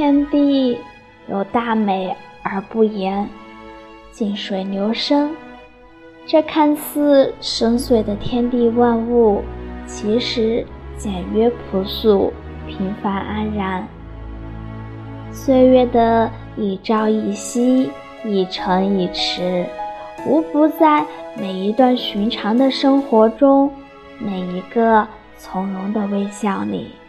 天地有大美而不言，静水流深。这看似深邃的天地万物，其实简约朴素，平凡安然。岁月的一朝一夕，一城一池，无不在每一段寻常的生活中，每一个从容的微笑里。